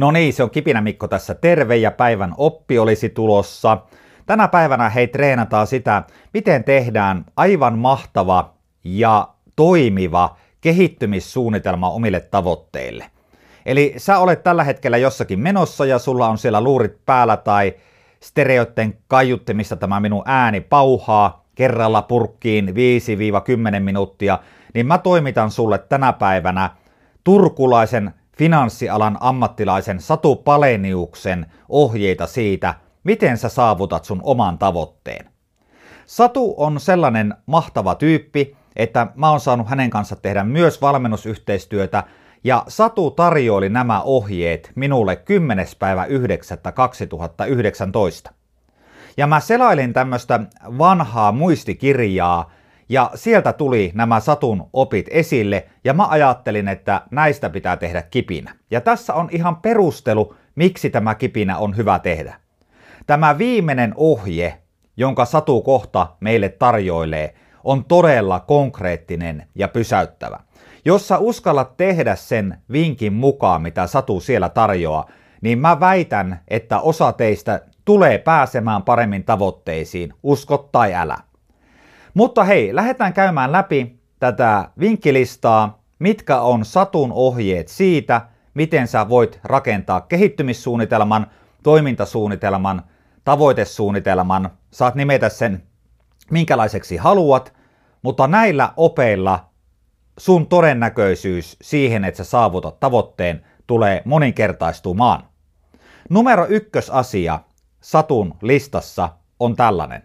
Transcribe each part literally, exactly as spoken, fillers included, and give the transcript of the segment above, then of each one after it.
No niin, se on Kipinä Mikko tässä terve ja päivän oppi olisi tulossa. Tänä päivänä hei treenataan sitä, miten tehdään aivan mahtava ja toimiva kehittymissuunnitelma omille tavoitteille. Eli sä olet tällä hetkellä jossakin menossa ja sulla on siellä luurit päällä tai stereoiden kaiuttimista tämä minun ääni pauhaa kerralla purkkiin viisi kymmenen minuuttia, niin mä toimitan sulle tänä päivänä turkulaisen finanssialan ammattilaisen Satu Paleniuksen ohjeita siitä, miten sä saavutat sun oman tavoitteen. Satu on sellainen mahtava tyyppi, että mä oon saanut hänen kanssa tehdä myös valmennusyhteistyötä, ja Satu tarjoili nämä ohjeet minulle kymmenes päivä yhdeksättä kaksituhattayhdeksäntoista. Ja mä selailin tämmöistä vanhaa muistikirjaa, ja sieltä tuli nämä Satun opit esille, ja mä ajattelin, että näistä pitää tehdä kipinä. Ja tässä on ihan perustelu, miksi tämä kipinä on hyvä tehdä. Tämä viimeinen ohje, jonka Satu kohta meille tarjoilee, on todella konkreettinen ja pysäyttävä. Jos sä uskallat tehdä sen vinkin mukaan, mitä Satu siellä tarjoaa, niin mä väitän, että osa teistä tulee pääsemään paremmin tavoitteisiin, usko tai älä. Mutta hei, lähdetään käymään läpi tätä vinkkilistaa, mitkä on Satun ohjeet siitä, miten sä voit rakentaa kehittymissuunnitelman, toimintasuunnitelman, tavoitesuunnitelman, saat nimetä sen minkälaiseksi haluat, mutta näillä opeilla sun todennäköisyys siihen, että sä saavutat tavoitteen, tulee moninkertaistumaan. Numero ykkösasia Satun listassa on tällainen.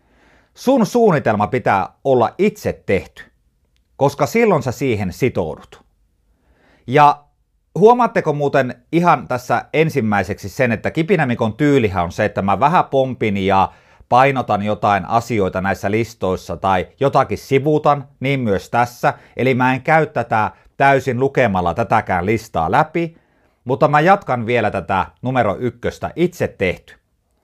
Sun suunnitelma pitää olla itse tehty, koska silloin sä siihen sitoudut. Ja huomaatteko muuten ihan tässä ensimmäiseksi sen, että Kipinä Mikon tyylihän on se, että mä vähän pompin ja painotan jotain asioita näissä listoissa tai jotakin sivuutan, niin myös tässä. Eli mä en käy tätä täysin lukemalla tätäkään listaa läpi, mutta mä jatkan vielä tätä numero ykköstä itse tehty.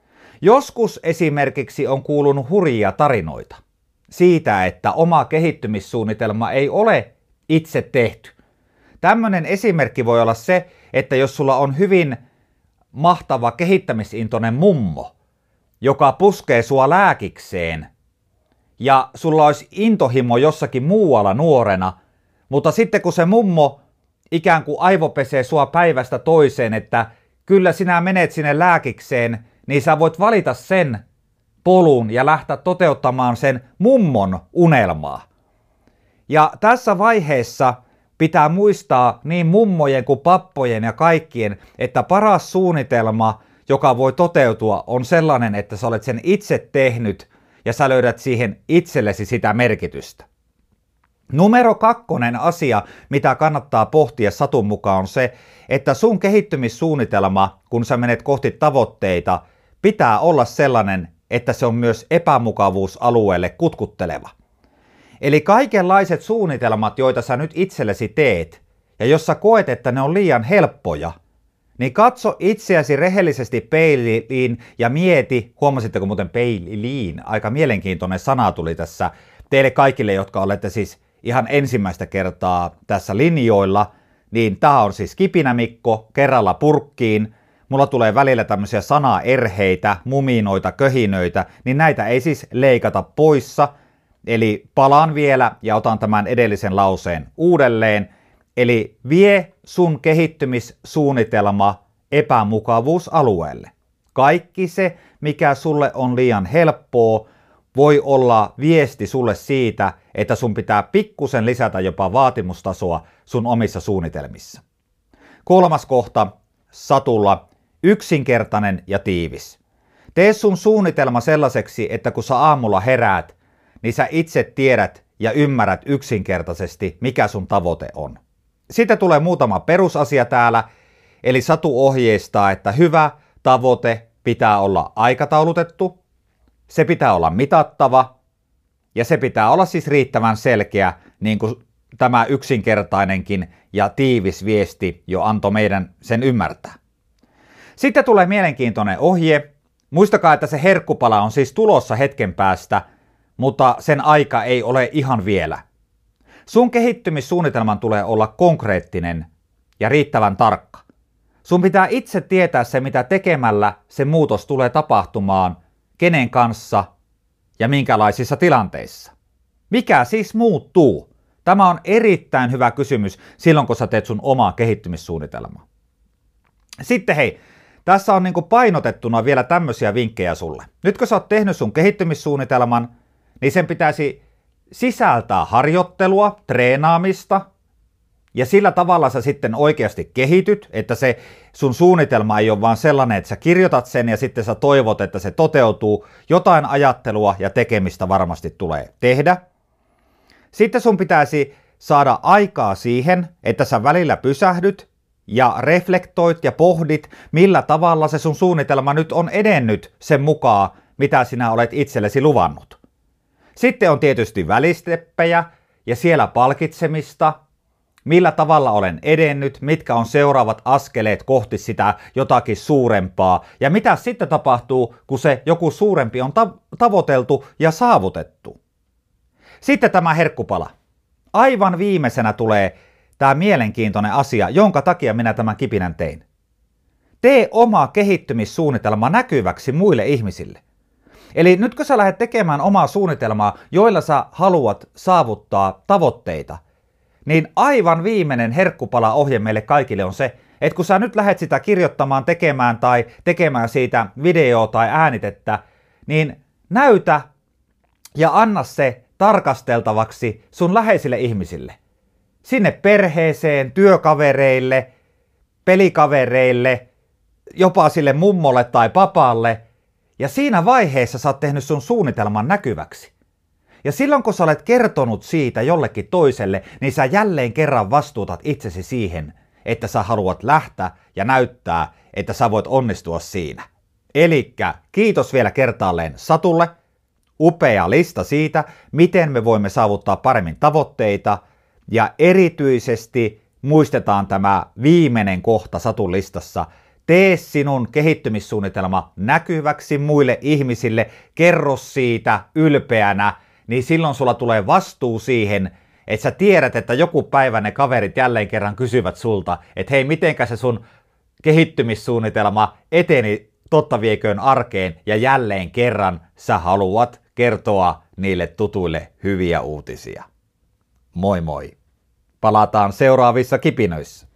Joskus esimerkiksi on kuulunut hurjia tarinoita siitä, että oma kehittymissuunnitelma ei ole itse tehty. Tämmöinen esimerkki voi olla se, että jos sulla on hyvin mahtava kehittämisintoinen mummo, joka puskee sua lääkikseen, ja sulla olisi intohimo jossakin muualla nuorena, mutta sitten kun se mummo ikään kuin aivopesee sua päivästä toiseen, että kyllä sinä menet sinne lääkikseen, niin sä voit valita sen polun ja lähteä toteuttamaan sen mummon unelmaa. Ja tässä vaiheessa pitää muistaa niin mummojen kuin pappojen ja kaikkien, että paras suunnitelma, joka voi toteutua, on sellainen, että sä olet sen itse tehnyt ja sä löydät siihen itsellesi sitä merkitystä. Numero kakkonen asia, mitä kannattaa pohtia Satun mukaan, on se, että sun kehittymissuunnitelma, kun sä menet kohti tavoitteita, pitää olla sellainen, että se on myös epämukavuusalueelle kutkutteleva. Eli kaikenlaiset suunnitelmat, joita sä nyt itsellesi teet, ja jos sä koet, että ne on liian helppoja, niin katso itseäsi rehellisesti peiliin ja mieti, huomasitteko muuten peiliin, aika mielenkiintoinen sana tuli tässä teille kaikille, jotka olette siis ihan ensimmäistä kertaa tässä linjoilla, niin tää on siis Kipinä Mikko, kerralla purkkiin. Mulla tulee välillä tämmöisiä sanaerheitä, muminoita, köhinöitä, niin näitä ei siis leikata poissa. Eli palaan vielä ja otan tämän edellisen lauseen uudelleen. Eli vie sun kehittymissuunnitelma epämukavuusalueelle. Kaikki se, mikä sulle on liian helppoa, voi olla viesti sulle siitä, että sun pitää pikkusen lisätä jopa vaatimustasoa sun omissa suunnitelmissa. Kolmas kohta Satulla, yksinkertainen ja tiivis. Tee sun suunnitelma sellaiseksi, että kun sä aamulla heräät, niin sä itse tiedät ja ymmärrät yksinkertaisesti, mikä sun tavoite on. Sitten tulee muutama perusasia täällä, eli Satu ohjeistaa, että hyvä tavoite pitää olla aikataulutettu, se pitää olla mitattava ja se pitää olla siis riittävän selkeä, niin kuin tämä yksinkertainenkin ja tiivis viesti jo antoi meidän sen ymmärtää. Sitten tulee mielenkiintoinen ohje. Muistakaa, että se herkkupala on siis tulossa hetken päästä, mutta sen aika ei ole ihan vielä. Sun kehittymissuunnitelman tulee olla konkreettinen ja riittävän tarkka. Sun pitää itse tietää se, mitä tekemällä se muutos tulee tapahtumaan, kenen kanssa ja minkälaisissa tilanteissa. Mikä siis muuttuu? Tämä on erittäin hyvä kysymys silloin, kun sä teet sun omaa kehittymissuunnitelmaa. Sitten hei, tässä on niinku painotettuna vielä tämmöisiä vinkkejä sulle. Nyt kun sä oot tehnyt sun kehittymissuunnitelman, niin sen pitäisi sisältää harjoittelua, treenaamista, ja sillä tavalla sä sitten oikeasti kehityt, että se sun suunnitelma ei ole vaan sellainen, että sä kirjoitat sen ja sitten sä toivot, että se toteutuu. Jotain ajattelua ja tekemistä varmasti tulee tehdä. Sitten sun pitäisi saada aikaa siihen, että sä välillä pysähdyt ja reflektoit ja pohdit, millä tavalla se sun suunnitelma nyt on edennyt sen mukaan, mitä sinä olet itsellesi luvannut. Sitten on tietysti välisteppejä ja siellä palkitsemista, millä tavalla olen edennyt, mitkä on seuraavat askeleet kohti sitä jotakin suurempaa ja mitä sitten tapahtuu, kun se joku suurempi on ta- tavoiteltu ja saavutettu. Sitten tämä herkkupala. Aivan viimeisenä tulee tämä mielenkiintoinen asia, jonka takia minä tämän kipinän tein. Tee oma kehittymissuunnitelma näkyväksi muille ihmisille. Eli nyt kun sä lähdet tekemään omaa suunnitelmaa, joilla sä haluat saavuttaa tavoitteita, niin aivan viimeinen herkkupala ohje meille kaikille on se, että kun sä nyt lähdet sitä kirjoittamaan, tekemään tai tekemään siitä videoa tai äänitettä, niin näytä ja anna se tarkasteltavaksi sun läheisille ihmisille. Sinne perheeseen, työkavereille, pelikavereille, jopa sille mummolle tai papalle. Ja siinä vaiheessa sä oot tehnyt sun suunnitelman näkyväksi. Ja silloin kun sä olet kertonut siitä jollekin toiselle, niin sä jälleen kerran vastuutat itsesi siihen, että sä haluat lähteä ja näyttää, että sä voit onnistua siinä. Elikkä kiitos vielä kertaalleen Satulle. Upea lista siitä, miten me voimme saavuttaa paremmin tavoitteita. Ja erityisesti muistetaan tämä viimeinen kohta Satun listassa. Tee sinun kehittymissuunnitelma näkyväksi muille ihmisille, kerro siitä ylpeänä, niin silloin sulla tulee vastuu siihen, että sä tiedät, että joku päivä ne kaverit jälleen kerran kysyvät sulta, että hei, mitenkä se sun kehittymissuunnitelma eteni totta vieköön arkeen, ja jälleen kerran sä haluat kertoa niille tutuille hyviä uutisia. Moi moi! Palataan seuraavissa kipinöissä.